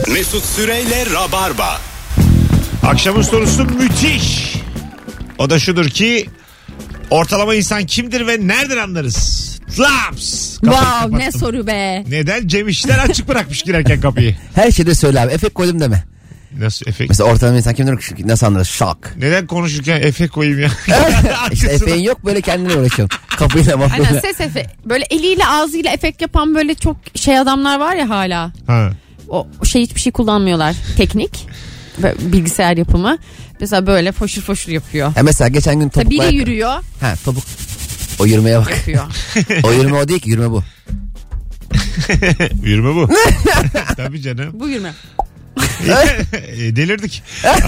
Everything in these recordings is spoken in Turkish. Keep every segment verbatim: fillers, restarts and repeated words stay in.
Mesut Süreyle Rabarba. Akşamın sorusu müthiş. O da şudur ki ortalama insan kimdir ve nereden anlarız? Laps. Wow, ne soru be. Neden? Cem İşçiler açık bırakmış girerken kapıyı. Her şeyde söyle abi. Efekt koydum deme. Nasıl efekt? Mesela ortalama insan kimdir? Nasıl anlarız? Şok. Neden konuşurken efekt koyayım ya? İşte efeğin yok, böyle kendine uğraşıyorsun. Kapıyla mafyayla. Aynen, ses efekt. Böyle eliyle ağzıyla efekt yapan böyle çok şey adamlar var ya hala. Ha. O şey, hiçbir şey kullanmıyorlar. Teknik. Bilgisayar yapımı. Mesela böyle foşur foşur yapıyor. Ya mesela geçen gün topukla... Biri yürüyor. Ha, topuk. O yürümeye bak. Yapıyor. O yürüme o değil ki, yürüme bu. Yürüme bu. Tabii canım. Bu yürüme. Delirdik.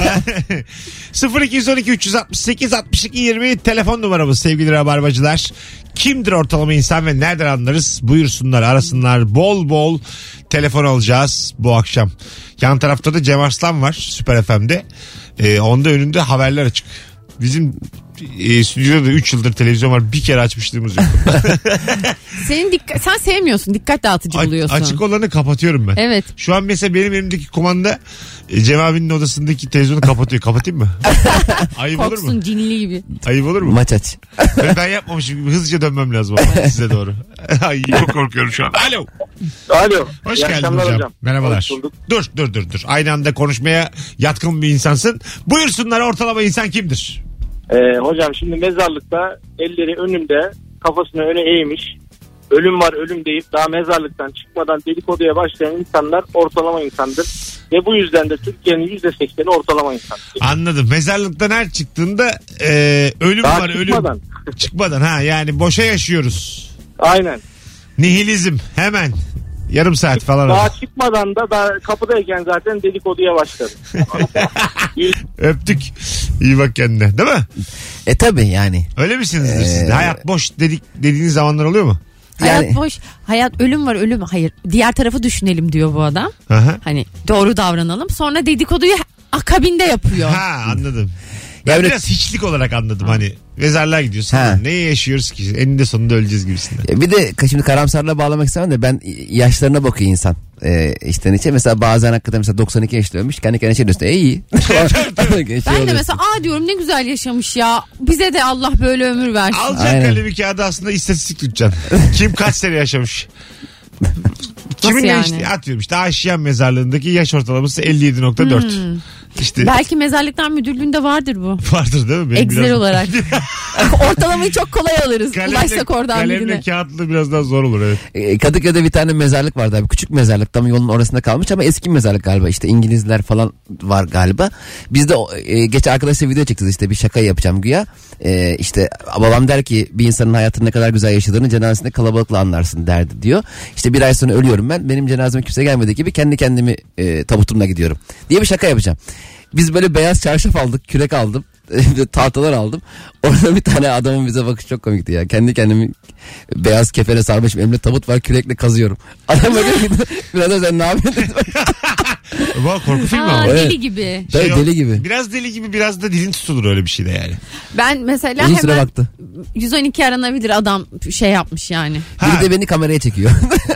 sıfır iki on iki üç altı sekiz altmış iki yirmi telefon numaramız sevgili rabarbacılar. Kimdir ortalama insan ve nereden anlarız? Buyursunlar, arasınlar. Bol bol telefon alacağız bu akşam. Yan tarafta da Cem Arslan var Süper F M'de. Ee, onda önünde haberler açık. Bizim e, stüdyoda da üç yıldır televizyon var. Bir kere açmışlığımız yok. Senin dikkat, sen sevmiyorsun. Dikkat dağıtıcı A- buluyorsun. Açık olanı kapatıyorum ben. Evet. Şu an mesela benim elimdeki kumanda e, Cem abinin odasındaki televizyonu kapatıyor. Kapatayım mı? Ayıp olur mu? Korksun cinli gibi. Ayıp olur mu? Maç aç. Böyle ben yapmamışım gibi hızlıca dönmem lazım ama size doğru. Ay, çok korkuyorum şu an. Alo. Alo. Hoş İyi geldin akşamlar hocam. hocam. Merhabalar. Hoş bulduk. Dur dur dur dur. Aynı anda konuşmaya yatkın bir insansın. Buyursunlar, ortalama insan kimdir? Ee, hocam şimdi mezarlıkta elleri önünde, kafasını öne eğmiş, ölüm var ölüm deyip daha mezarlıktan çıkmadan dedikoduya başlayan insanlar ortalama insandır. Ve bu yüzden de Türkiye'nin yüzde sekseni ortalama insandır. Anladım. Mezarlıktan her çıktığında e, ölüm Daha var çıkmadan. ölüm. Çıkmadan ha, yani boşa yaşıyoruz. Aynen. Nihilizm hemen. Yarım saat falan. Daha oldu. çıkmadan da daha kapıdayken zaten dedikoduya başladı. Öptük. İyi bak kendine, değil mi? E tabi yani. Öyle misinizdir Ee, siz de? Hayat boş dedik dediğiniz zamanlar oluyor mu? Hayat Yani- boş. Hayat ölüm var ölüm. Hayır. Diğer tarafı düşünelim diyor bu adam. Aha. Hani doğru davranalım. Sonra dedikoduyu akabinde yapıyor. Ha, anladım. Ben Ya biraz hiçlik olarak anladım, hani mezarlığa gidiyorsun. Ha. Neye yaşıyoruz ki? Eninde sonunda öleceğiz gibisinden. Ya bir de şimdi karamsarlığa bağlamak istemem de ben yaşlarına bakıyor insan. Ee, içten içe mesela bazen hakikaten mesela doksan iki yaşında ölmüş, kendi kendine şey diyorsun, e iyi. Şey Ben de mesela aa diyorum ne güzel yaşamış ya. Bize de Allah böyle ömür versin. Alacaksın Aynen. kalemi kağıdı, aslında istatistik tutacaksın. Kim kaç sene yaşamış? Kimin ne yani? işte atıyorum işte Aşiyan mezarlığındaki yaş ortalaması elli yedi nokta dört. Hmm. İşte Belki mezarlıktan müdürlüğünde vardır bu. vardır değil mi? Benim Excel biraz- olarak. Ortalamayı çok kolay alırız. Kalemle, Ulaşsak oradan kalemle birine. kağıtla biraz daha zor olur, evet. Ee, Kadıköy'de bir tane mezarlık vardı abi. Küçük mezarlık, tam yolun orasında kalmış ama eski mezarlık galiba. İşte İngilizler falan var galiba. Biz de e, geç arkadaşla video çekeceğiz, işte bir şaka yapacağım güya. E, işte babam der ki bir insanın hayatını ne kadar güzel yaşadığını cenazesinde kalabalıkla anlarsın derdi diyor. İşte bir ay sonra ölüyorum ben. Benim cenazeme kimse gelmediği gibi kendi kendimi e, tabutumla gidiyorum diye bir şaka yapacağım. Biz böyle beyaz çarşaf aldık, kürek aldım. Tahtalar aldım. Orada bir tane adamın bize bakışı çok komikti ya. Kendi kendimi beyaz kefene sarmışım. Elimde tabut var, kürekle kazıyorum. Adam böyle biraz da sen ne yapıyorsun? Bu korku filmi Aa, ama. deli Evet. gibi. Tabii Şey o- deli gibi. Biraz deli gibi, biraz da dilin tutulur öyle bir şeyde yani. Ben mesela Uzun süre hemen baktı. yüz on iki aranabilir adam şey yapmış yani. Ha, Biri de beni kameraya çekiyor.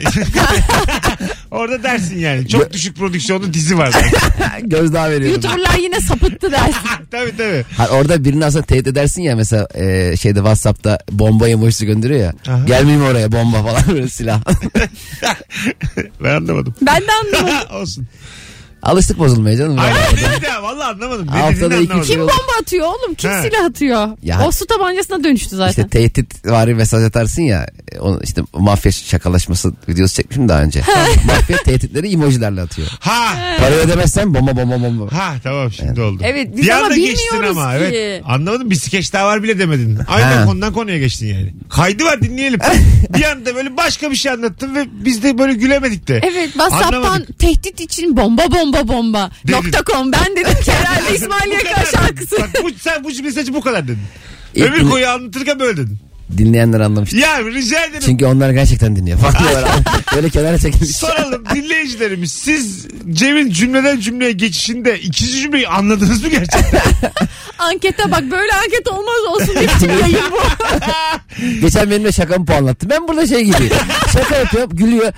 orada dersin yani. Çok düşük prodüksiyonlu dizi var zaten. Gözdağı veriyorum. YouTuber'lar yine sapıttı dersin. Tabii tabii. Ha, orada birini aslında teyit edersin ya, mesela e, şeyde WhatsApp'ta bomba emojisi gönderiyor ya. Aha. Gelmeyeyim oraya, bomba falan, böyle silah. Ben anlamadım. Ben de anlamadım. Olsun. Alıştık bozulmaya canım. Hayır, ne dedi ya? Vallahi anlamadım. Ne Haftada dediğini iki- anlamadım. Kim bomba atıyor oğlum? Kim Ha. silah atıyor? Ya- O su tabancasına dönüştü zaten. İşte tehdit var mesaj atarsın ya. Onu işte mafya şakalaşması videosu çekmişim daha önce. Mafya tehditleri emojilerle atıyor. Ha. Para ödemezsen bomba bomba bomba. Ha tamam, şimdi oldu. Evet, biz bir ama anda geçtin bilmiyoruz ama. ki. Evet. Anlamadım, bir skeç daha var bile demedin. Aynen Ha. konudan konuya geçtin yani. Kaydı var, dinleyelim. Bir anda böyle başka bir şey anlattın ve biz de böyle gülemedik de. Evet, WhatsApp'tan Anlamadık. tehdit için bomba bomba bomba Dedin. nokta com. Ben dedim ki herhalde İsmail Bu Yaka kadar şarkısı. dedin. Bak bu, sen bu mesajı bu kadar dedin. İlk Ömür din- boyu anlatırken böyle dedin. Dinleyenler anlamış. Ya rica ederim. Çünkü onlar gerçekten dinliyor. Farklılar. Böyle kenara çekilmiş. Soralım dinleyicilerimiz, siz Cem'in cümleden cümleye geçişinde ikinci cümleyi anladınız mı gerçekten? Ankete bak, böyle anket olmaz olsun diye bir yayın bu. Geçen benimle şakamı puanlattı. Ben burada şey gibi. Şaka yapıyorum, gülüyor.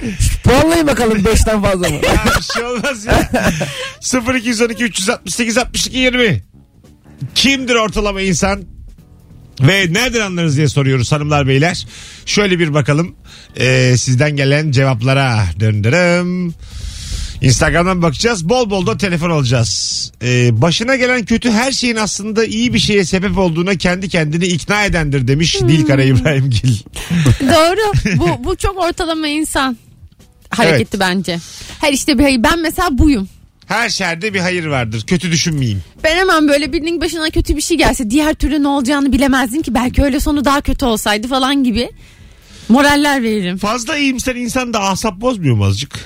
Puanlayın bakalım beşten fazla mı? Ya bir şey olmaz ya. sıfır iki on iki üç altı sekiz altmış iki yirmi. Kimdir ortalama insan? Ve nereden anlarız diye soruyoruz hanımlar beyler. Şöyle bir bakalım ee, sizden gelen cevaplara. Döndürüm. Instagram'dan bakacağız. Bol bol da telefon alacağız. Ee, başına gelen kötü her şeyin aslında iyi bir şeye sebep olduğuna kendi kendini ikna edendir demiş hmm. Dilkara İbrahimgil. Doğru. Bu, bu çok ortalama insan hareketi evet. Bence. Her işte bir hayır. Ben mesela buyum. Her şerde bir hayır vardır. Kötü düşünmeyeyim. Ben hemen böyle birinin başına kötü bir şey gelse diğer türlü ne olacağını bilemezdim ki. Belki öyle sonu daha kötü olsaydı falan gibi moraller veririm. Fazla iyimser insan da asap bozmuyor mu azıcık?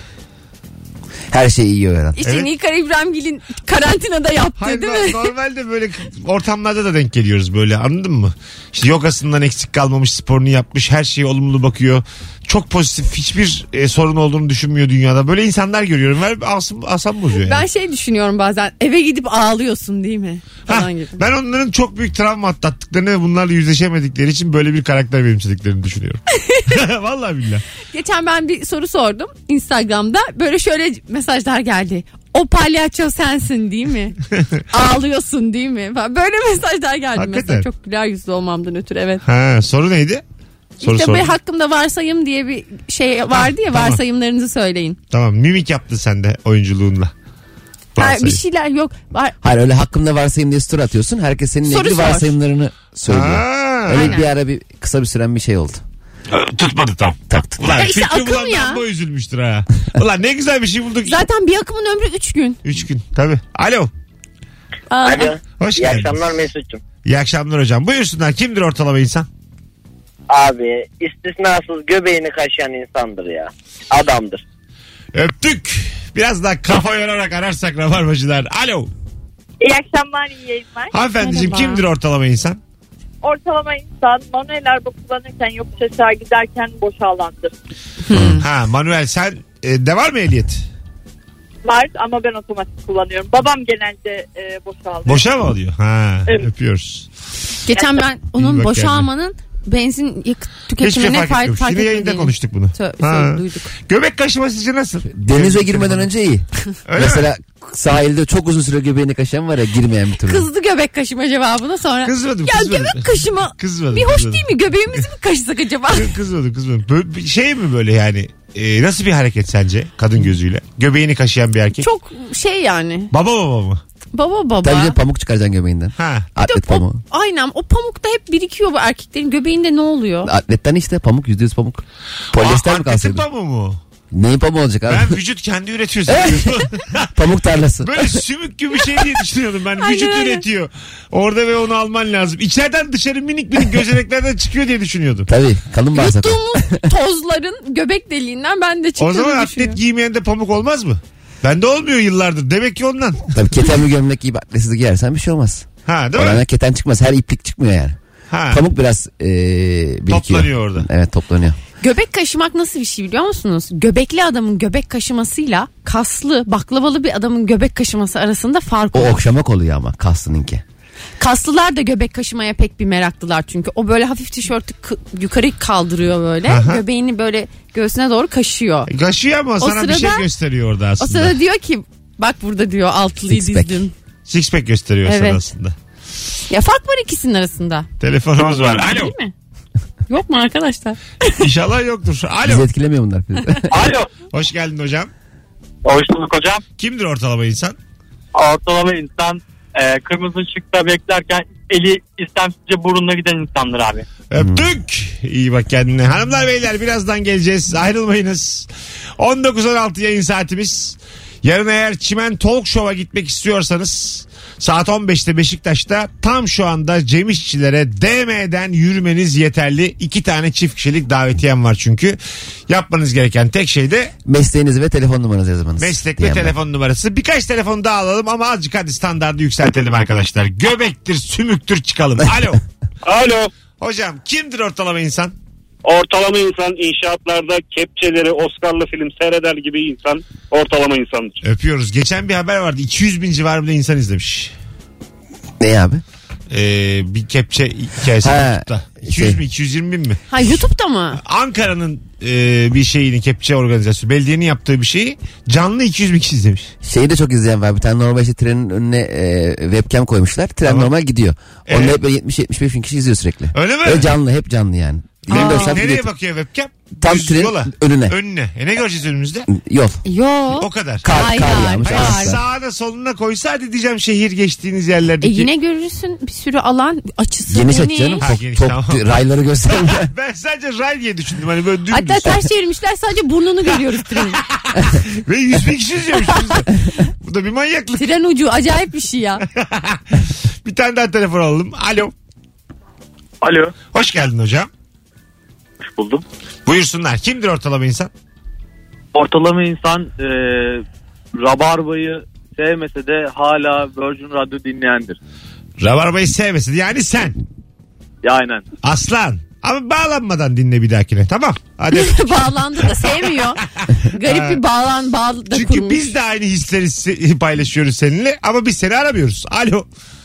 Her şeyi yiyor herhalde. İşte evet. Nilkara İbrahimgil'in karantinada yaptığı hayır, değil mi? Normalde böyle ortamlarda da denk geliyoruz böyle, anladın mı? İşte yogasından eksik kalmamış, sporunu yapmış, her şeye olumlu bakıyor. Çok pozitif, hiçbir e, sorun olduğunu düşünmüyor dünyada. Böyle insanlar görüyorum. Ver, asam, asam bozuyor yani. Ben şey düşünüyorum bazen, eve gidip ağlıyorsun değil mi? Ha, ben onların çok büyük travma atlattıklarını ve bunlarla yüzleşemedikleri için böyle bir karakter benimsediklerini düşünüyorum. Vallahi billahi. Geçen ben bir soru sordum Instagram'da. Böyle şöyle mesajlar geldi. O palyaço sensin değil mi? Ağlıyorsun değil mi? Böyle mesajlar geldi. Hakikaten. Mesela çok güler yüzlü olmamdan ötürü, evet. Ha, soru neydi? Soru işte sordum. bu hakkımda varsayım diye bir şey vardı ya, tamam. Varsayımlarınızı söyleyin. Tamam, mimik yaptın sen de oyunculuğunla. Ha, bir şeyler yok. Var. Hayır, öyle hakkımda varsayım diye story atıyorsun. Herkes seninle Soru ilgili sor. varsayımlarını söylüyor. Ha, öyle aynen. Bir ara bir kısa bir süren bir şey oldu. Tutmadı tam. Taktı. Ulan ya işte akım ya. Bu üzülmüştür ha. Ulan ne güzel bir şey bulduk. Zaten bir akımın ömrü üç gün. üç gün tabii. Alo. Alo. Hoş İyi geldiniz. akşamlar Mesut'cum. İyi akşamlar hocam. Buyursunlar, kimdir ortalama insan? Abi istisnasız göbeğini kaşıyan insandır ya. Adamdır. Öptük. Biraz daha kafa yorarak ararsak rabarbacılar. Alo. İyi akşamlar, iyi yayınlar. Hanımefendiciğim, Merhaba. kimdir ortalama insan? Ortalama insan manuel araba kullanırken yokuş aşağı giderken boşa alandır. Hmm. Ha, Manuel sen e, de var mı ehliyet? Var ama ben otomatik kullanıyorum. Babam genelde e, boşa alıyor. Boşa mı alıyor? Ha, evet. Öpüyoruz. Geçen ben onun boşa yani. almanın benzin yakıt Hiçbir tüketimine fark fark, etmiyor. fark Yine yayında etmediğini. konuştuk bunu. Tö- duyduk. Göbek kaşıma sizce nasıl? Denize girmeden önce iyi. Öyle mesela mi? Sahilde çok uzun süre göbeğini kaşıyan var ya, girmeyen bir türlü. Kızdı göbek kaşıma cevabına sonra. Kızmadım, ya kızmadım. göbek kaşıma Kızmadım, bir hoş kızmadım. değil mi? Göbeğimizi mi kaşısak acaba? Kızmadım kızmadım. Böyle bir şey mi böyle yani? E, nasıl bir hareket sence kadın gözüyle? Göbeğini kaşıyan bir erkek. Çok şey yani. Baba baba mı? Baba baba. Tabii de pamuk çıkaracaksın göbeğinden. Ha. Atlet o, pamuğu. aynen, o pamuk da hep birikiyor bu erkeklerin göbeğinde, ne oluyor? Atletten işte pamuk, yüzde yüz pamuk. Polyester Aa, mi kalsaydı? atletin pamuğu mu? Neyin pamuğu olacak abi? Ben vücut kendi üretiyor. Pamuk tarlası. Böyle sümük gibi bir şey diye düşünüyordum ben. Aynen, Vücut aynen. üretiyor. Orada ve onu alman lazım. İçeriden dışarı minik minik gözeneklerden çıkıyor diye düşünüyordum. Tabii, kalın bağırsak. Yuttuğumuz tozların göbek deliğinden ben de çıktığını O zaman düşünüyorum. atlet giymeyen de pamuk olmaz mı? Bende olmuyor yıllardır. Demek ki ondan. Tabii keten bir gömlek giyip atletsiz giyersen bir şey olmaz. Ha, değil Oradan mi? keten çıkmaz. Her iplik çıkmıyor yani. Ha. Pamuk biraz ee, birikiyor. Toplanıyor orada. Evet, toplanıyor. Göbek kaşımak nasıl bir şey biliyor musunuz? Göbekli adamın göbek kaşımasıyla kaslı baklavalı bir adamın göbek kaşıması arasında fark O olur. okşamak oluyor ama kaslınınki. Kaslılar da göbek kaşımaya pek bir meraklılar çünkü. O böyle hafif tişörtü k- yukarı kaldırıyor böyle. Aha. Göbeğini böyle göğsüne doğru kaşıyor. Kaşıyor ama O sana bir şey sırada- gösteriyor orada O aslında. sırada diyor ki bak burada diyor altlıyı Six pack. dizdim. Six pack gösteriyor Evet. sana aslında. Ya fark var ikisinin arasında. Telefonumuz var. Alo. Değil mi? Yok mu arkadaşlar? İnşallah yoktur. Bizi Alo. etkilemiyor bunlar. Alo. Hoş geldin hocam. Hoş bulduk hocam. Kimdir ortalama insan? Ortalama insan e, kırmızı ışıkta beklerken eli istemsizce burnuna giden insandır abi. Öptük. İyi bak kendine. Hanımlar beyler, birazdan geleceğiz. Ayrılmayınız. on dokuz on altı yayın saatimiz. Yarın eğer Çimen Talk Show'a gitmek istiyorsanız saat on beşte Beşiktaş'ta tam şu anda Cem İşçilere D M'den yürümeniz yeterli. İki tane çift kişilik davetiyem var çünkü. Yapmanız gereken tek şey de Mesleğinizi ve telefon numaranızı yazmanız. meslek ve Diyen ben. telefon numarası. Birkaç telefon daha alalım ama azıcık hadi standardı yükseltelim arkadaşlar. Göbektir, sümüktür çıkalım. Alo. Alo. Hocam kimdir ortalama insan? Ortalama insan inşaatlarda kepçeleri Oscar'lı film seyreder gibi insan ortalama insandır. Öpüyoruz. Geçen bir haber vardı. iki yüz bin civarında insan izlemiş. Ne abi? Ee, bir kepçe hikayesi Ha, YouTube'da. iki yüz şey. mi iki yüz yirmi bin mi? Ha, YouTube'da mı? Ankara'nın e, bir şeyini, kepçe organizasyonu, belediyenin yaptığı bir şeyi canlı iki yüz bin kişi izlemiş. Şeyi de çok izleyen var. Bir tane normal işte trenin önüne e, webcam koymuşlar. Tren Tamam. normal gidiyor. Onda Evet. hep böyle yetmiş yetmiş beş bin kişi izliyor sürekli. Öyle mi? Ve canlı, hep canlı yani. yirmi dört saat Nereye gidiyor. bakıyor webcam? Tam Düz trenin yola. önüne. Önüne. E ne göreceğiz önümüzde? Yol. Yok. O kadar. Kar, Hayır, kar hayır, yağmış. hayır. Hayır, ağaçlar. sağına soluna koysa hadi diyeceğim şehir geçtiğiniz E yerlerdeki. yine görürsün bir sürü alan açısı. Geniş geniş. aç canım. Ha, Çok, geniş, çok tamam. rayları göstermiyor. Ben sadece ray diye düşündüm hani böyle dümdüz. Hatta ters çevirmişler, sadece burnunu görüyoruz trenin. Ve yüz bin kişi izliyormuş bizde. Bu da bir manyaklık. Tren ucu acayip bir şey ya. Bir tane daha telefon alalım. Alo. Alo. Hoş geldin hocam. Hoş buldum. Buyursunlar. Kimdir ortalama insan? Ortalama insan e, Rabarba'yı sevmese de hala Virgin Radyo dinleyendir. Rabarba'yı sevmesin. Yani sen. Ya aynen. Aslan. Ama bağlanmadan dinle bir dahakine. Tamam. Hadi. Bağlandı da sevmiyor. Garip bir bağlan bağ da Çünkü kurmuş. biz de aynı hisleri se- paylaşıyoruz seninle ama biz seni aramıyoruz. Alo.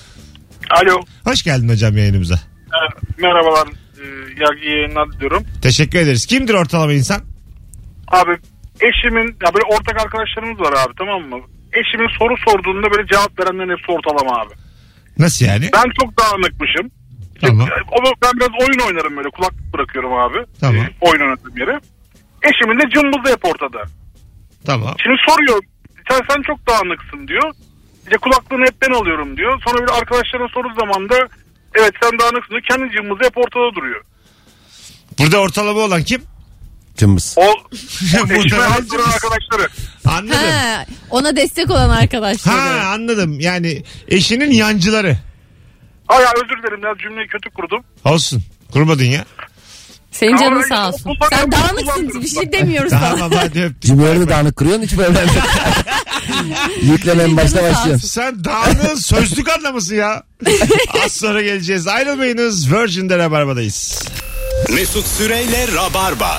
Alo. Hoş geldin hocam yayınımıza. Merhabalar. İyi yayınlar diliyorum. Teşekkür ederiz. Kimdir ortalama insan? Abi eşimin ya böyle ortak arkadaşlarımız var abi, tamam mı? Eşimin soru sorduğunda böyle cevap verenlerin hepsi ortalama abi. Nasıl yani? Ben çok dağınıkmışım. Tamam. Ama ben biraz oyun oynarım böyle, kulaklık bırakıyorum abi. Tamam. Ee, oyun oynadığım yere. Eşimin de cımbızı hep ortada. Tamam. Şimdi soruyor, sen, sen çok dağınıksın diyor. İşte kulaklığını hep ben alıyorum diyor. Sonra bir arkadaşlarına soru zamanında evet sen dağınıksın diyor. Kendi cımbızı hep ortada duruyor. Burada ortalama olan kim? Cımbız. O Burada eşime ben hep duran arkadaşları. Anladım. Ha, ona destek olan arkadaşları. Ha anladım. Yani eşinin yancıları. Ay ya özür dilerim, biraz cümleyi kötü kurdum. Olsun. Kurmadın ya. Senin canın Ama sağ işte olsun. kullanıyorum, Sen dağınıksın, kullanıyorum. bir şey demiyoruz sana. Tamam hadi öptük. Cümleleri de dağınık kırıyorsun, hiç böyle. Yükleme en başta Canın sağ başlıyorsun. Sen dağının sözlük anlaması ya. Az sonra geleceğiz. Ayrılmayınız. Virgin'de Rabarba'dayız. Mesut Süreyle Rabarba.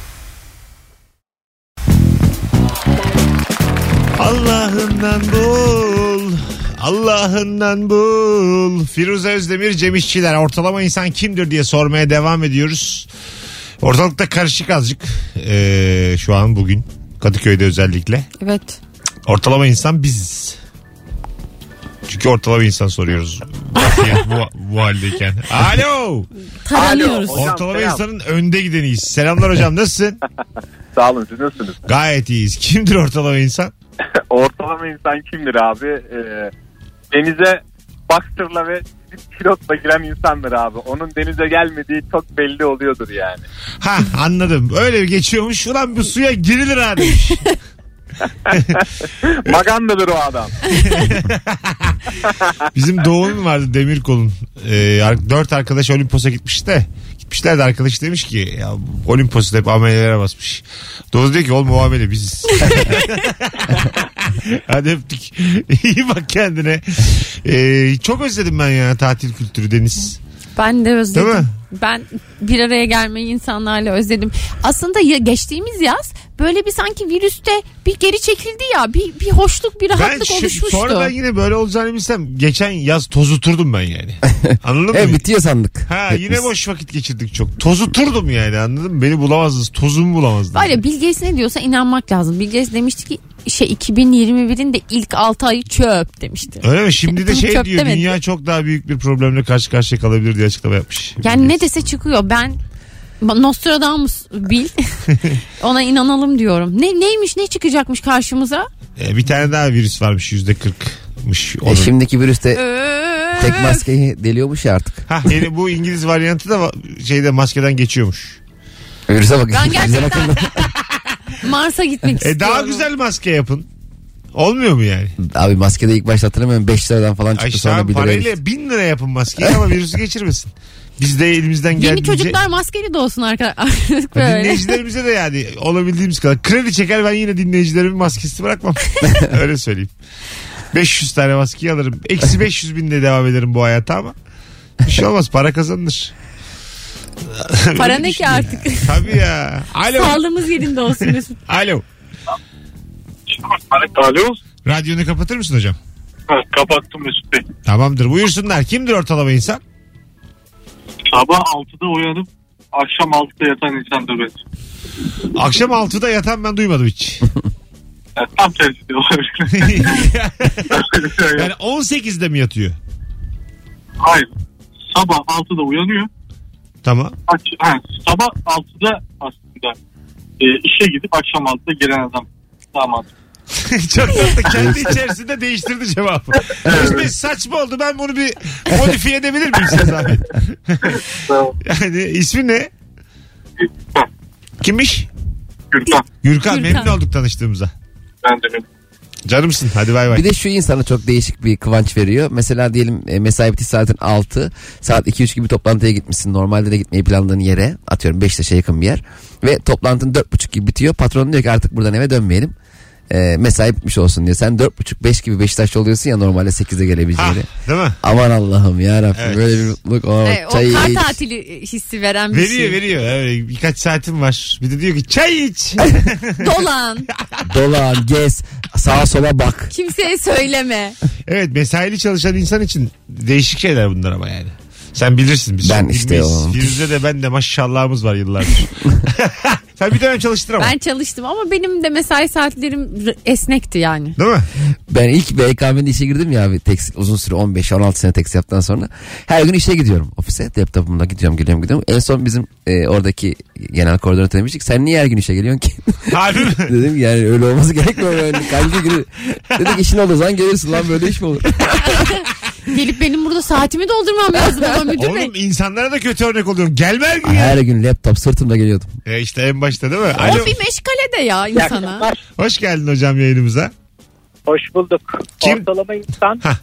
Allah'ından bul. Allah'ından bul. Firuze Özdemir, Cem İşçiler. Ortalama insan kimdir diye sormaya devam ediyoruz. Ortalıkta karışık azıcık. Ee, şu an bugün. Kadıköy'de özellikle. Evet. Ortalama insan biziz. Çünkü ortalama insan soruyoruz. bu, bu haldeyken. Alo. Taranıyoruz. Hocam, Ortalama selam. insanın önde gideniyiz. Selamlar hocam, nasılsın? Sağ olun, siz nasılsınız? Gayet iyiyiz. Kimdir ortalama insan? Ortalama insan kimdir abi? Ee, denize boxer'la ve pilotla giren insandır abi. Onun denize gelmediği çok belli oluyordur yani. Ha anladım. Öyle geçiyormuş. Ulan bu suya girilir ha demiş. Magandadır o adam. Bizim Doğu'nun vardı, Demirkol'un. Ee, ar- dört arkadaş Olimpos'a gitmiş de. Gitmişler de arkadaş demiş ki ya Olimpos'ta hep amelelere basmış. Doğu diyor ki oğlum o amele biziz. Hadi öptük. İyi bak kendine. Ee, çok özledim ben ya tatil kültürü, deniz. Ben de özledim. Değil mi? Ben bir araya gelmeyi insanlarla özledim. Aslında ya, geçtiğimiz yaz böyle bir sanki virüste bir geri çekildi ya. Bir, bir hoşluk, bir Ben rahatlık şu, oluşmuştu. sonradan yine böyle olacağını bilsem geçen yaz tozuturdum ben yani. Anladın Evet, mı? bitiyor sandık. Ha Hepimiz. yine boş vakit geçirdik çok. Tozuturdum yani, anladın mı? Beni bulamazdınız. Tozumu bulamazdınız. Var ya, Bill Gates ne diyorsa inanmak lazım. Bill Gates demişti ki şey iki bin yirmi birin de ilk altı ayı çöp demişti. Öyle mi? Şimdi de şey Çöp diyor, demedi. dünya çok daha büyük bir problemle karşı karşıya kalabilir diye açıklama yapmış. Yani ne dese çıkıyor. Ben Nostradamus Bill ona inanalım diyorum. Ne neymiş, ne çıkacakmış karşımıza? Ee, bir tane daha virüs varmış, yüzde kırkmış. E, şimdiki virüste Ee, tek maskeyi deliyormuş ya artık. Ha yeni bu İngiliz varyantı da va- şeyde maskeden geçiyormuş. Virüse bak. Ben Bize gerçekten bakın. Mars'a gitmek E istiyorum. daha güzel maske yapın. Olmuyor mu yani? Abi maskede ilk başta hatırlamıyorum, beş liradan falan çıktı, Ay sonra sen bir liraya parayla düştü. bin lira yapın maskeyi ama virüsü geçirmesin. Biz de elimizden Yeni geldiğince... çocuklar maskeli de olsun arkadaşlar. Böyle. Dinleyicilerimize de yani olabildiğimiz kadar kredi çeker, ben yine dinleyicilerimin maskesi bırakmam. Öyle söyleyeyim. beş yüz tane maskeyi alırım. Eksi beş yüz binde devam ederim bu hayata ama bir şey olmaz, para kazanılır. Para Öyle ne ki düşünüyor artık? ya. Tabii ya. Alo. Sağlığımız yerinde olsun Mesut. Alo. Alo. Radyonu kapatır mısın hocam? Ha, kapattım Mesut Bey. Tamamdır. Buyursunlar. Kimdir ortalama insan? Sabah altıda uyanıp akşam altıda yatan insandır bence. Akşam altıda yatan ben duymadım hiç. Yani tam tersi olabilir. Yani on sekizde mi yatıyor? Hayır. Sabah altıda uyanıyor. Tamam. Aç, ha, sabah altıda aslında e, işe gidip akşam altıda gelen adam. Damat. Çok tatlı. Kendi içerisinde değiştirdi cevabı. Evet. Saçma oldu. Ben bunu bir modifiye edebilir miyim size zahmet? Yani ismi ne? Gürkan. Kimmiş? Gürkan. Gürkan. Gürkan. Memnun olduk tanıştığımıza. Ben de memnun. Canımsın. Hadi bay bay. Bir de şu insana çok değişik bir kıvanç veriyor. Mesela diyelim e, mesai bitiş saatin altı. Saat iki üç gibi toplantıya gitmişsin. Normalde de gitmeyi planladığın yere. Atıyorum Beşiktaş'a yakın bir yer. Ve toplantın dört buçuk gibi bitiyor. Patron diyor ki artık buradan eve dönmeyelim. E, mesai bitmiş olsun diyor. Sen dört buçuk beş gibi Beşiktaş'ta oluyorsun ya normalde sekizde gelebileceğini. Değil mi? Aman Allah'ım yarabbim Evet. böyle bir mutluluk. O, Evet, o çay kar iç. tatili hissi veren bir Veriyor şey. veriyor. Evet, birkaç saatim var. Bir de diyor ki çay iç. Dolan. Dolan, gez, sağa sola bak. Kimseye söyleme. Evet, mesaili çalışan insan için değişik şeyler bunlar ama yani. Sen bilirsin biz. Ben şimdi işte bilmeyiz. o. Firuze de ben de maşallahımız var yıllardır. Sen bir dönem çalıştın ama. Ben çalıştım ama benim de mesai saatlerim r- esnekti yani. Değil mi? Ben ilk B K M'de işe girdim ya abi tekstil uzun süre on beş on altı sene tekstil yaptıktan sonra her gün işe gidiyorum ofise laptopumla gidiyorum geliyorum gidiyorum. En son bizim e, oradaki genel koordinatör demiştik sen niye her gün işe geliyorsun ki? Harbi mi? Dedim ki yani öyle olması gerekmiyor yani kanka gibi. Dedik işin olduğu zaman gelirsin lan böyle iş mi olur? Gelip benim burada saatimi doldurmam lazım ama müdür bey. Oğlum insanlara da kötü örnek oluyorum. Gelme her gün ya. Her gün laptop sırtımda geliyordum. E işte en başta değil mi? Alo. O bir meşgale de ya insana. Hoş geldin hocam yayınımıza. Hoş bulduk. Kim? Ortalama insan Hah.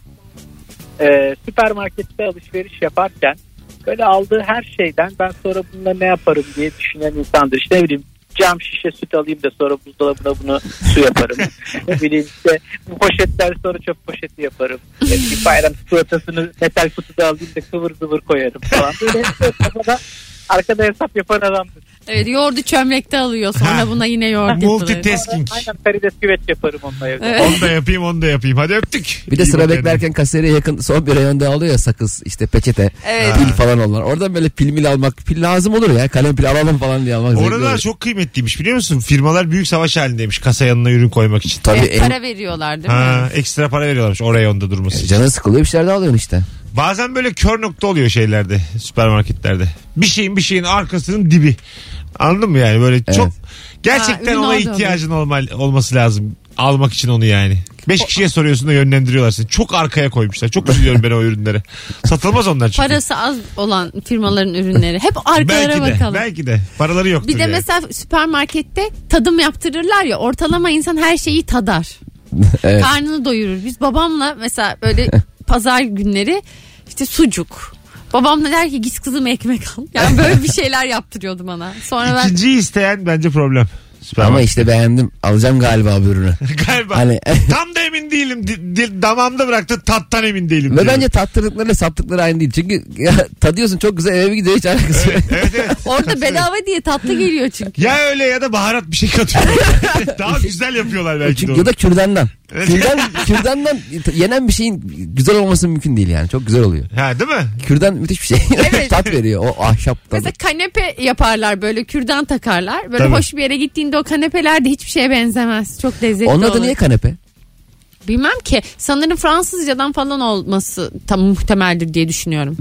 e, süpermarkette alışveriş yaparken böyle aldığı her şeyden ben sonra bununla ne yaparım diye düşünen insandır. İşte ne bileyim cam şişe süt alayım da sonra buzdolabına bunu su yaparım. Ne bileyim işte bu poşetler sonra çöp poşeti yaparım. Ne bileyim bayram çikolatasını metal kutuda alayım da kıvır kıvır koyarım falan. Böyle kafada arkada hesap yapan adamdır. Evet, yoğurdu çömlekte alıyor sonra Ha. buna yine yoğurt yapılır. Multitasking. Aynen karides küvet yaparım onunla evde. Evet. Onu da yapayım onu da yapayım. Hadi öptük. Bir de İyi sıra bak beklerken kasiyere yakın son bir reyonda alıyor ya sakız işte peçete Evet. pil falan onlar. Oradan böyle pil mil almak pil lazım olur ya kalem pil alalım falan diye almak. zevkli Oralar olur. çok kıymetliymiş biliyor musun? Firmalar büyük savaş halindeymiş kasa yanına ürün koymak için. Tabii Evet, en, para veriyorlar değil mi? Ha, ekstra para veriyorlarmış o reyonda durması için. canın sıkılıyor bir şeyler de alıyorsun işte. Bazen böyle kör nokta oluyor şeylerde, süpermarketlerde. Bir şeyin bir şeyin arkasının dibi. Anladın mı yani böyle Evet. çok gerçekten Ha, ürün ona orada ihtiyacın olma, olması lazım almak için onu yani. Beş kişiye soruyorsun da yönlendiriyorlar seni. Çok arkaya koymuşlar. Çok üzülüyorum ben o ürünlere. Satılmaz onlar çünkü. Parası az olan firmaların ürünleri. Hep arkalara belki de, bakalım. belki de. Paraları yoktur Bir de yani. mesela süpermarkette tadım yaptırırlar ya, ortalama insan her şeyi tadar. Evet. Karnını doyurur. Biz babamla mesela böyle pazar günleri işte sucuk. Babam da der ki git kızım ekmek al. Yani böyle bir şeyler yaptırıyordu bana. Sonra ben İkinciyi isteyen bence problem. Ama Süpermarket. işte beğendim alacağım galiba bu ürünü. Galiba. Hani Tam da emin değilim. Di- di- damağımda bıraktı tattan emin değilim. ve diyorum. bence tattırdıklarıyla sattıkları aynı değil. Çünkü ya, tadıyorsun çok güzel eve bir gidiyor hiç alakası yok. Evet evet. orada bedava diye tatlı geliyor çünkü. Ya öyle ya da baharat bir şey katıyorlar. Daha güzel yapıyorlar belki de Çünkü onu. ya da kürdandan. Evet. Kürdan, kürdandan yenen bir şeyin güzel olması mümkün değil yani. Çok güzel oluyor. Ha değil mi? Kürdan müthiş bir şey. Evet. Tat veriyor o ahşap tadı. Mesela kanepe yaparlar, böyle kürdan takarlar. Böyle Tabii. hoş bir yere gittiğinde o kanepeler de hiçbir şeye benzemez. Çok lezzetli Onun olur. adı niye kanepe? Bilmem ki. Sanırım Fransızcadan falan olması tam muhtemeldir diye düşünüyorum.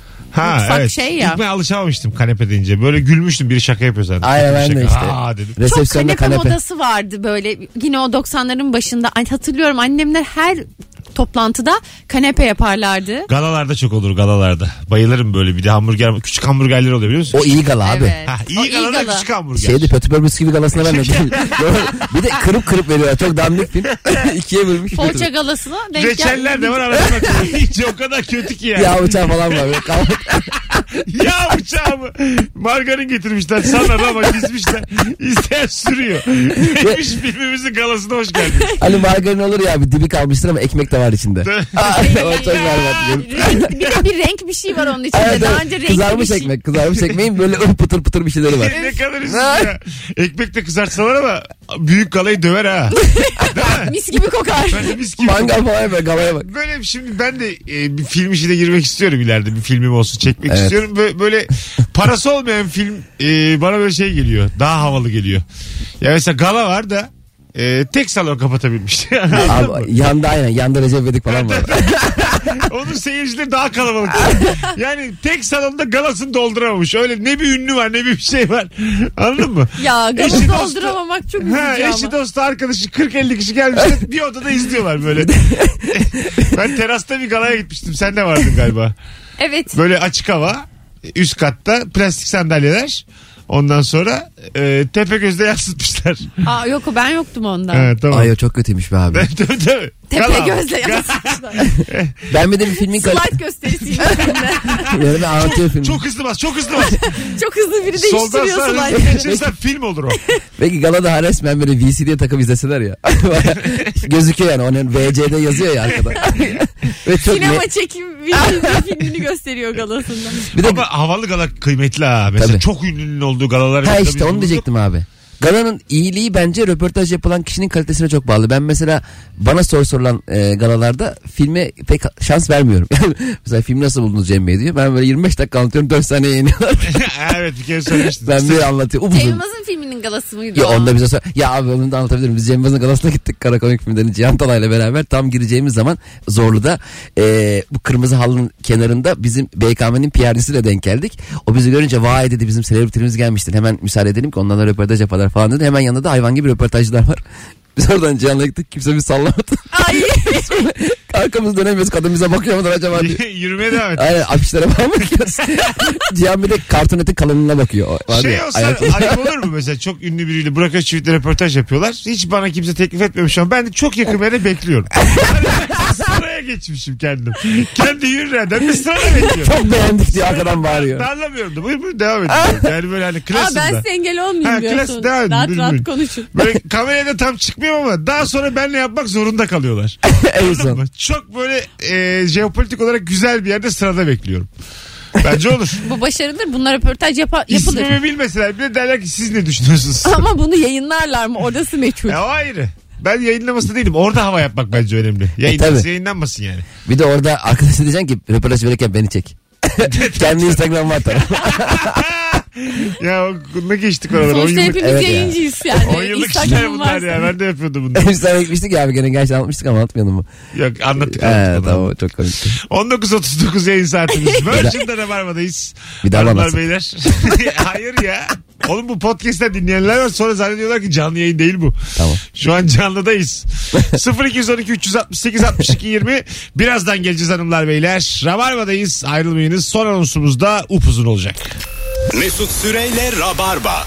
Ha Mutfak evet. şey ya. İlk ben alışamamıştım kanepe deyince. Böyle gülmüştüm biri şaka yapıyor zaten. Aynen, ben Şaka. de işte. Aa dedim. Çok Resepsiyonda kanepe, kanepe. modası vardı böyle. Yine o doksanların başında. Ay, hatırlıyorum annemler her toplantıda kanepe yaparlardı. Galalarda çok olur galalarda. Bayılırım böyle bir de hamburger. Küçük hamburgerler oluyor biliyor musun? O iyi gala abi. Evet. Ha, iyi O iyi galada gala. küçük hamburger. Şeydi Pötüpör bisküvi galasına ben de bir de kırıp kırıp veriyorlar. Çok dandik film. İkiye bölmüş. Poğaça galasına denk Reçeller de var arada bakıyorum. Hiç o kadar kötü ki yani. Ya uçağı falan var. Böyle kalk- Ya bıçağı mı? Margarin getirmişler sana ama dizmişler. İsteyen sürüyor. Neymiş filmimizin galasına hoş geldin. Hani margarin olur ya bir dibi kalmıştır ama ekmek de var içinde. Aa, o çok berbat. renk, bir de bir renk bir şey var onun içinde. Evet, Daha evet. önce renkli Kızarmış bir şey. ekmek. Kızarmış ekmeğin böyle ıh pıtır pıtır bir şeyleri var. Ne kadar üzücü ya. Ekmek de kızartsalar ama büyük galayı döver ha. Mis gibi kokar. Ben de mis gibi. Mangal falan böyle galaya bak. Böyle şimdi ben de e, bir film işine girmek istiyorum ileride. Bir filmim olsun çekmek Evet. istiyorum. Böyle, böyle parası olmayan film e, bana böyle şey geliyor. Daha havalı geliyor. Ya mesela gala var da e, tek salon kapatabilmiş. Abi, yanda aynen yanda Recep İvedik falan var. Onun seyircileri daha kalabalık. Yani tek salonda galasını dolduramamış. Öyle ne bir ünlü var ne bir şey var. Anladın mı? Ya Eşi galı dostu- dolduramamak çok üzücü Ha, ama. eşi dostu arkadaşı kırk elli kişi gelmiş. Bir odada izliyorlar böyle. Ben terasta bir galaya gitmiştim. Sen de vardın galiba. Evet. Böyle açık hava. Üst katta plastik sandalyeler. Ondan sonra e, Tepegöz'de yansıtmışlar. Aa, yok ben yoktum onda. Evet, tamam. Ay o çok kötüymüş be abi. tabii tabii. Tepe Gala. gözle yansıtmışlar. Ben bir de bir filmin kal- Slide gösterisiymiş filmde. yani ben anlatıyor filmi. Çok hızlı bas, çok hızlı bas. Çok hızlı biri Soldan değiştiriyor sağa hızlı slide'ları. geçirsen film olur o. Peki galada ha resmen böyle V C D'ye takıp izleseler ya. Gözüküyor yani onun V C'de yazıyor ya arkada. Ve çok Sinema ne- çekim bir filmini gösteriyor galasında. bir de Ama havalı gala kıymetli ha. Mesela Tabii. çok ünlünün olduğu galalar. ha Tabii işte onu bulunduk. diyecektim abi. Galanın iyiliği bence röportaj yapılan kişinin kalitesine çok bağlı. Ben mesela bana soru sorulan e, galalarda filme pek şans vermiyorum. Mesela film nasıl buldunuz Cem Bey diyor. Ben böyle yirmi beş dakika anlatıyorum dört saniye yeniyorlar. Evet bir kere söylemiştin. Ben bir anlatıyorum. Cem Upuzun. Yılmaz'ın filminin galası mıydı Ya o? onda bize sor. Ya abi onu da anlatabilirim. Biz Cem Yılmaz'ın galasına gittik. Kara komik filmlerin Cihan Talay'la beraber. Tam gireceğimiz zaman Zorlu'da e, bu kırmızı halının kenarında bizim B K M'nin P R'cisiyle denk geldik. O bizi görünce vay dedi bizim selebritilerimiz gelmiştir. Hemen müsaade edelim ki ondan da röportaj yaparlar falan dedi. Hemen yanında da hayvan gibi röportajcılar var. Biz oradan Cihan'la gittik. Kimse bizi sallamadı. Ay. Arkamız dönemiyoruz. Kadın bize bakıyor mudur acaba diye. Yürümeye devam et. Aynen afişlere falan bakıyoruz. Cihan bir de kartonetin kalınlığına bakıyor. Var Şey ya, olsa ayak- ayıp olur mu mesela çok ünlü biriyle Burak Özçivit'le röportaj yapıyorlar. Hiç bana kimse teklif etmemiş ama ben de çok yakın bir yerde bekliyorum. Sıraya geçmişim kendim. Kendi yürürlerden bir sırada bekliyorum. Çok beğendik diye arkadan bağırıyor. Darlamıyorum da buyur buyur devam edin. Yani böyle hani Aa, klasında. ben size engel Ha, olmayayım klas diyorsun. devam edin, Rahat buyurun, rahat buyurun. konuşun. Böyle kameraya da tam çıkmıyor ama daha sonra benle yapmak zorunda kalıyorlar. En Anladın son. mı? Çok böyle e, jeopolitik olarak güzel bir yerde sırada bekliyorum. Bence olur. Bu başarıdır. Bunlar röportaj yapa- yapılır. İsmimi bilmeseler bile derler ki siz ne düşünüyorsunuz? Ama bunu yayınlarlar mı? Orası meçhul. Ya o ayrı. Ben yayınlaması değilim. Orada hava yapmak bence önemli. Yayınlaması tabii. yayınlanmasın yani. Bir de orada arkadaşına diyeceksin ki röportaj verirken beni çek. Kendi Instagram var tabii. Ya o- ne geçtik oraları? on Sonuçta yıllık, hepimiz evet ya. yayıncıyız yani. on yıllık işler Instagram'ım bunlar varsa. ya. Ben de yapıyordum bunları. Biz sana gitmiştik ya abi gene gerçi anlatmıştık ama anlatmayalım mı? Yok anlattık. He anlattık. tamam çok komikti. on dokuz otuz dokuz yayın saatimiz. Virgin'de Rabarba'dayız. Bir daha Hanımlar anlatsın. beyler. Hayır ya. Oğlum bu podcast'ten dinleyenler var sonra zannediyorlar ki canlı yayın değil bu. Tamam. Şu an canlıdayız. sıfır iki on iki üç altı sekiz altmış iki yirmi birazdan geleceğiz hanımlar beyler. Rabarba'dayız ayrılmayınız. Son anonsumuz da upuzun olacak. Mesut Süreyle Rabarba.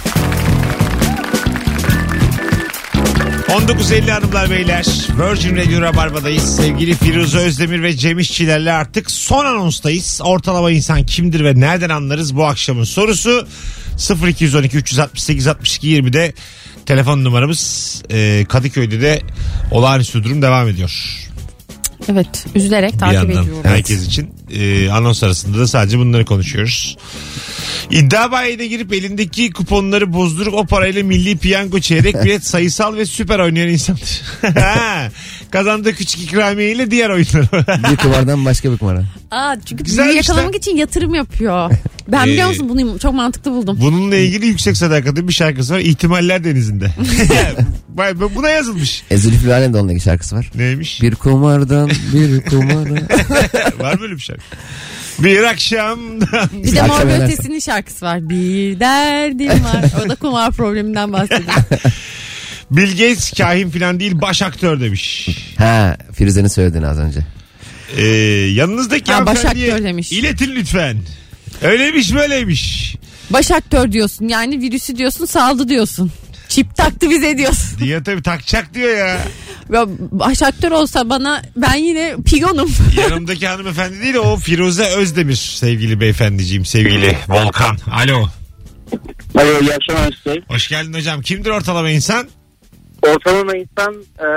on dokuz elli hanımlar beyler Virgin Radio Rabarba'dayız. Sevgili Firuze Özdemir ve Cem İşçilerle artık son anonstayız. Ortalama insan kimdir ve nereden anlarız bu akşamın sorusu. sıfır iki on iki üç altı sekiz altmış iki yirmide telefon numaramız. Ee, Kadıköy'de de olağanüstü durum devam ediyor. Evet, üzülerek Bir takip yandan ediyorum. herkes için. Ee, anons arasında da sadece bunları konuşuyoruz. İddia bayine girip elindeki kuponları bozdurup o parayla milli piyango, çeyrek bilet, sayısal ve süper oynayan insandır. Kazandığı küçük ikramiyeyle diğer oyunları. Bir kumardan başka bir kumara. Aa, çünkü Güzelmiş bunu yakalamak lan. için yatırım yapıyor. Ben Ee, biliyor musun bunu çok mantıklı buldum. Bununla ilgili Yüksek Sadakat'in bir şarkısı var. İhtimaller Denizinde. Vay be, buna yazılmış. E Zülfü Livaneli'nin de onunla ilgili şarkısı var. Neymiş? Bir kumardan bir kumara. Var böyle bir şarkı. Bir akşamdan. Bir de Mor Akşam ve yenersin. Ötesi'nin şarkısı var. Bir derdim var. O da kumar probleminden bahsediyor. Bill Gates kahin falan değil baş aktör demiş. Ha Firuze'nin söylediğini az önce. Ee, yanınızdaki Ha, baş hanımefendiye aktör demiş. iletin lütfen. Öyleymiş böyleymiş. Baş aktör diyorsun. Yani virüsü diyorsun, saldı diyorsun. Çip taktı bize diyorsun. Diye tabii takacak diyor ya. Ya baş aktör olsa bana ben yine piyonum. Yanımdaki hanımefendi değil o Firuze Özdemir sevgili beyefendiciğim sevgili Volkan. Alo. Alo iyi akşamlar size. Hoş geldin hocam. Kimdir ortalama insan? Ortalama insan e,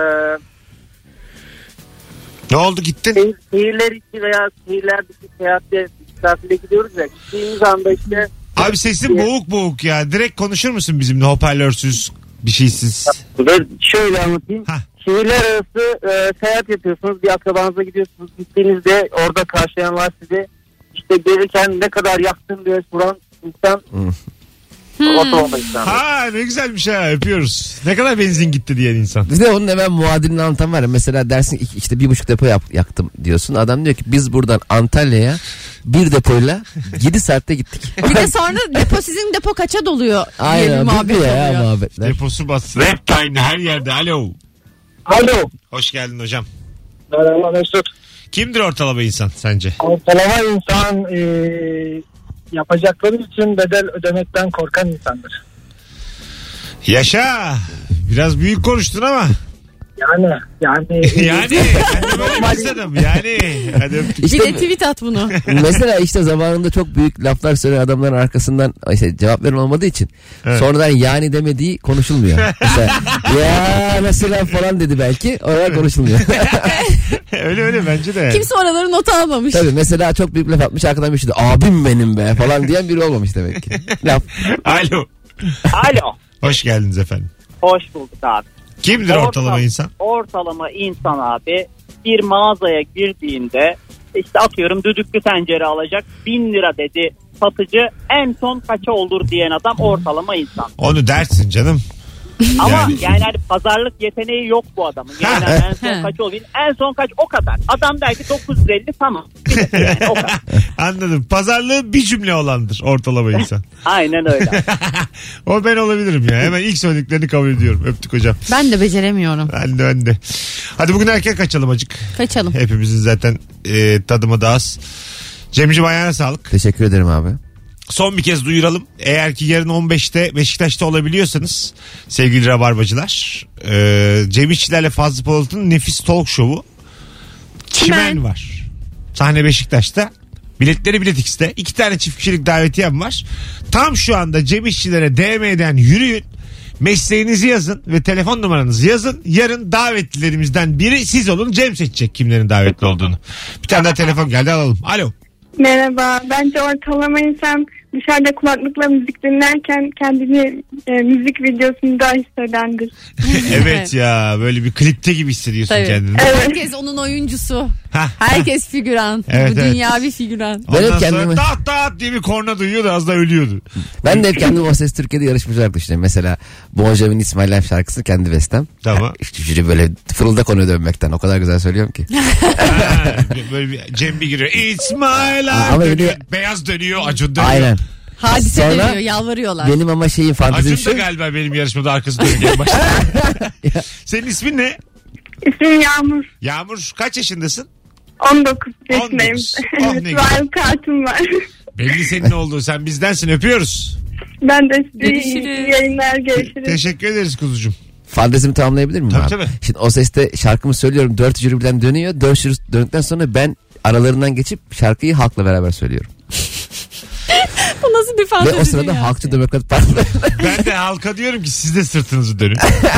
Ne oldu gittin? şehir- şehirler içi veya şehirler dışı seyahatte misafirle gidiyoruz ya. Gittiğimiz anda işte Abi sesin boğuk boğuk ya. Direkt konuşur musun bizimle hoparlörsüz bir şeysiz? ve şöyle anlatayım. Hah. şehirler arası e, seyahat yapıyorsunuz. Bir akrabanıza gidiyorsunuz. Gittiğinizde orada karşılayanlar sizi işte gelirken ne kadar yaktın diye soran insan. Hmm. Ortalama insan. Ha ne güzelmiş ha, öpüyoruz. Ne kadar benzin gitti diyen insan. Bir de onun hemen muadilini anlatan var ya. Mesela dersin işte bir buçuk depo yap, yaktım diyorsun. Adam diyor ki biz buradan Antalya'ya bir depoyla yedi saatte gittik. Bir de sonra depo sizin depo kaça doluyor diye bir Aynen muhabbet bir ya oluyor. muhabbetler. Deposu batsın. Hep de aynı her yerde. Alo. Alo. Hoş geldin hocam. Merhaba Mesut. Kimdir ortalama insan sence? Ortalama insan e, yapacakları için bedel ödemekten korkan insandır. Yaşa. Biraz büyük konuştun ama. Yani yani yani ben de böyle bir insanım. Yani. Hadi öptük. Bir de tweet at bunu. Mesela işte zamanında çok büyük laflar söyleyen adamların arkasından işte cevap veren olmadığı için Evet. sonradan yani demediği konuşulmuyor. Mesela ya mesela falan dedi belki oralar konuşulmuyor. öyle öyle bence de. Kimse oraları not almamış. Tabii mesela çok büyük laf atmış arkadan bir şey de abim benim be falan diyen biri olmamış demek ki. Laf. Alo. Alo. Hoş geldiniz efendim. Hoş bulduk abi. Kimdir ortalama insan? Ortalama insan abi bir mağazaya girdiğinde işte atıyorum düdüklü tencere alacak bin lira dedi satıcı, en son kaça olur diyen adam ortalama insan. Onu dersin canım. Ama Yani- yani, hani pazarlık yeteneği yok bu adamın. Yani en son kaç olur? En son kaç, o kadar. Adam der ki dokuz yüz elli tamam. Yani o kadar. Anladım. Pazarlığı bir cümle olandır ortalama insan. Aynen öyle. O ben olabilirim ya. Hemen ilk söylediklerini kabul ediyorum. Öptük hocam. Ben de beceremiyorum. Ben de ben de. Hadi bugün erken kaçalım acık. Kaçalım. Hepimizin zaten e, tadımı da az. Cemciğim ayağına sağlık. Teşekkür ederim abi. Son bir kez duyuralım. Eğer ki yarın on beşte Beşiktaş'ta olabiliyorsanız sevgili Rabarbacılar, e, Cem İşçilerle Fazlı Polat'ın nefis talk show'u Çimen, Çimen. var. Sahne Beşiktaş'ta. Biletleri Bilet X'te. İki tane çift kişilik davetiyem var. Tam şu anda Cem İşçilere D M'den yürüyün. Mesleğinizi yazın ve telefon numaranızı yazın. Yarın davetlilerimizden biri siz olun. Cem seçecek kimlerin davetli olduğunu. Bir tane daha telefon geldi, alalım. Alo. Merhaba. Bence ortalama insan dışarıda kulaklıkla müzik dinlerken kendini e, müzik videosunda hissedendir. Evet ya, böyle bir klipte gibi hissediyorsun Tabii. kendini. Herkes onun oyuncusu. Hah. Herkes figüran. Evet, Bu evet. dünya bir figüran. Ben hep Ondan sonra kendimi- tat tat diye bir korna duyuyordu, az da ölüyordu. Ben de hep kendimi O Ses Türkiye'de yarışmacı olarak düşünüyorum. Mesela Bon Jovi'nin İsmail Life şarkısı kendi bestem. Tamam. İşte jüri böyle fırıldak konuyor dönmekten. O kadar güzel söylüyorum ki. Ha, böyle bir Cem bir giriyor. It's my life Ama bir de- dönüyor. Beyaz dönüyor, Acun dönüyor. Aynen. Hadise Sonra dönüyor, yalvarıyorlar. Benim ama şeyin fantezim Acun da şu. galiba benim yarışmada arkası dönüyor. Başta. Senin ismin ne? İsmim Yağmur. Yağmur, kaç yaşındasın? on dokuz yaşındayım. on dokuz. Oh, Evet, ne güzel. wild kartım var. Belli senin olduğu, sen bizdensin, öpüyoruz. Ben de size iyi Görüşürüz. yayınlar, görüşürüz. Teşekkür ederiz kuzucuğum. Fantezimi tamamlayabilir miyim Tabii, abi? tabii. Şimdi O Ses'te şarkımı söylüyorum. Dört jüri birden dönüyor. Dört jüri döndükten sonra ben aralarından geçip şarkıyı halkla beraber söylüyorum. Bu nasıl bir Ve fantezi o sırada dünyası? Halkçı Demokrat Parti. Ben de halka diyorum ki siz de sırtınızı dönün.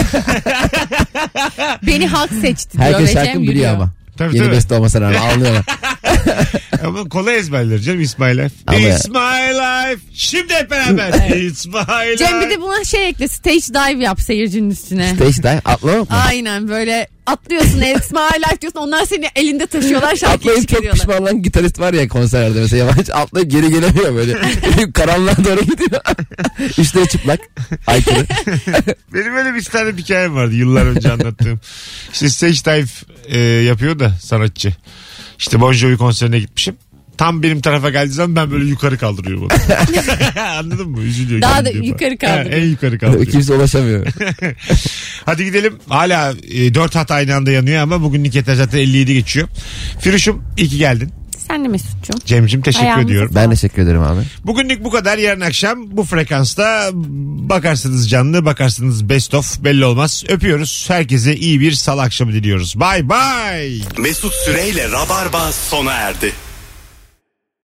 Beni halk seçti diyor. Herkes ve Cem şarkımı biliyor yürüyor. ama. Tabii, Yeni tabii. beste olmasına rağmen ağlıyorlar. Ama kolay ezberler canım, It's my life. Ama- It's my life. Şimdi hep beraber. It's my life. Cem bir de buna şey ekle, stage dive yap seyircinin üstüne. Stage dive atlamak mı? Aynen, böyle atlıyorsun, It's my life diyorsun, onlar seni elinde taşıyorlar, şarkıyı Atlayıp çok çıkarıyorlar. pişman olan gitarist var ya konserlerde mesela yabancı atlayıp geri gelemiyor böyle. Karanlığa doğru gidiyor. Üstüne çıplak. Aykırı. Benim öyle bir tane bir hikayem vardı yıllar önce anlattığım. İşte stage dive e, yapıyor da sanatçı. İşte Bon Jovi konserine gitmişim. Tam benim tarafa geldiği zaman ben böyle yukarı kaldırıyorum onu. Anladın mı? Üzülüyor. Daha da gidiyor yukarı falan. kaldırıyor. Ha, en yukarı kaldırıyor. Kimse ulaşamıyor. Hadi gidelim. Hala e, dört hat aynı anda yanıyor ama bugünlük yeter, zaten elli yedi geçiyor. Firuş'um iyi ki geldin. Sen de Mesut'cum. Cem'cim teşekkür Ayağınıza ediyorum. Ben teşekkür ederim abi. Bugünlük bu kadar. Yarın akşam bu frekansta bakarsınız canlı, bakarsınız best of, belli olmaz. Öpüyoruz. Herkese iyi bir salı akşamı diliyoruz. Bye bye. Mesut Süreyle Rabarba sona erdi.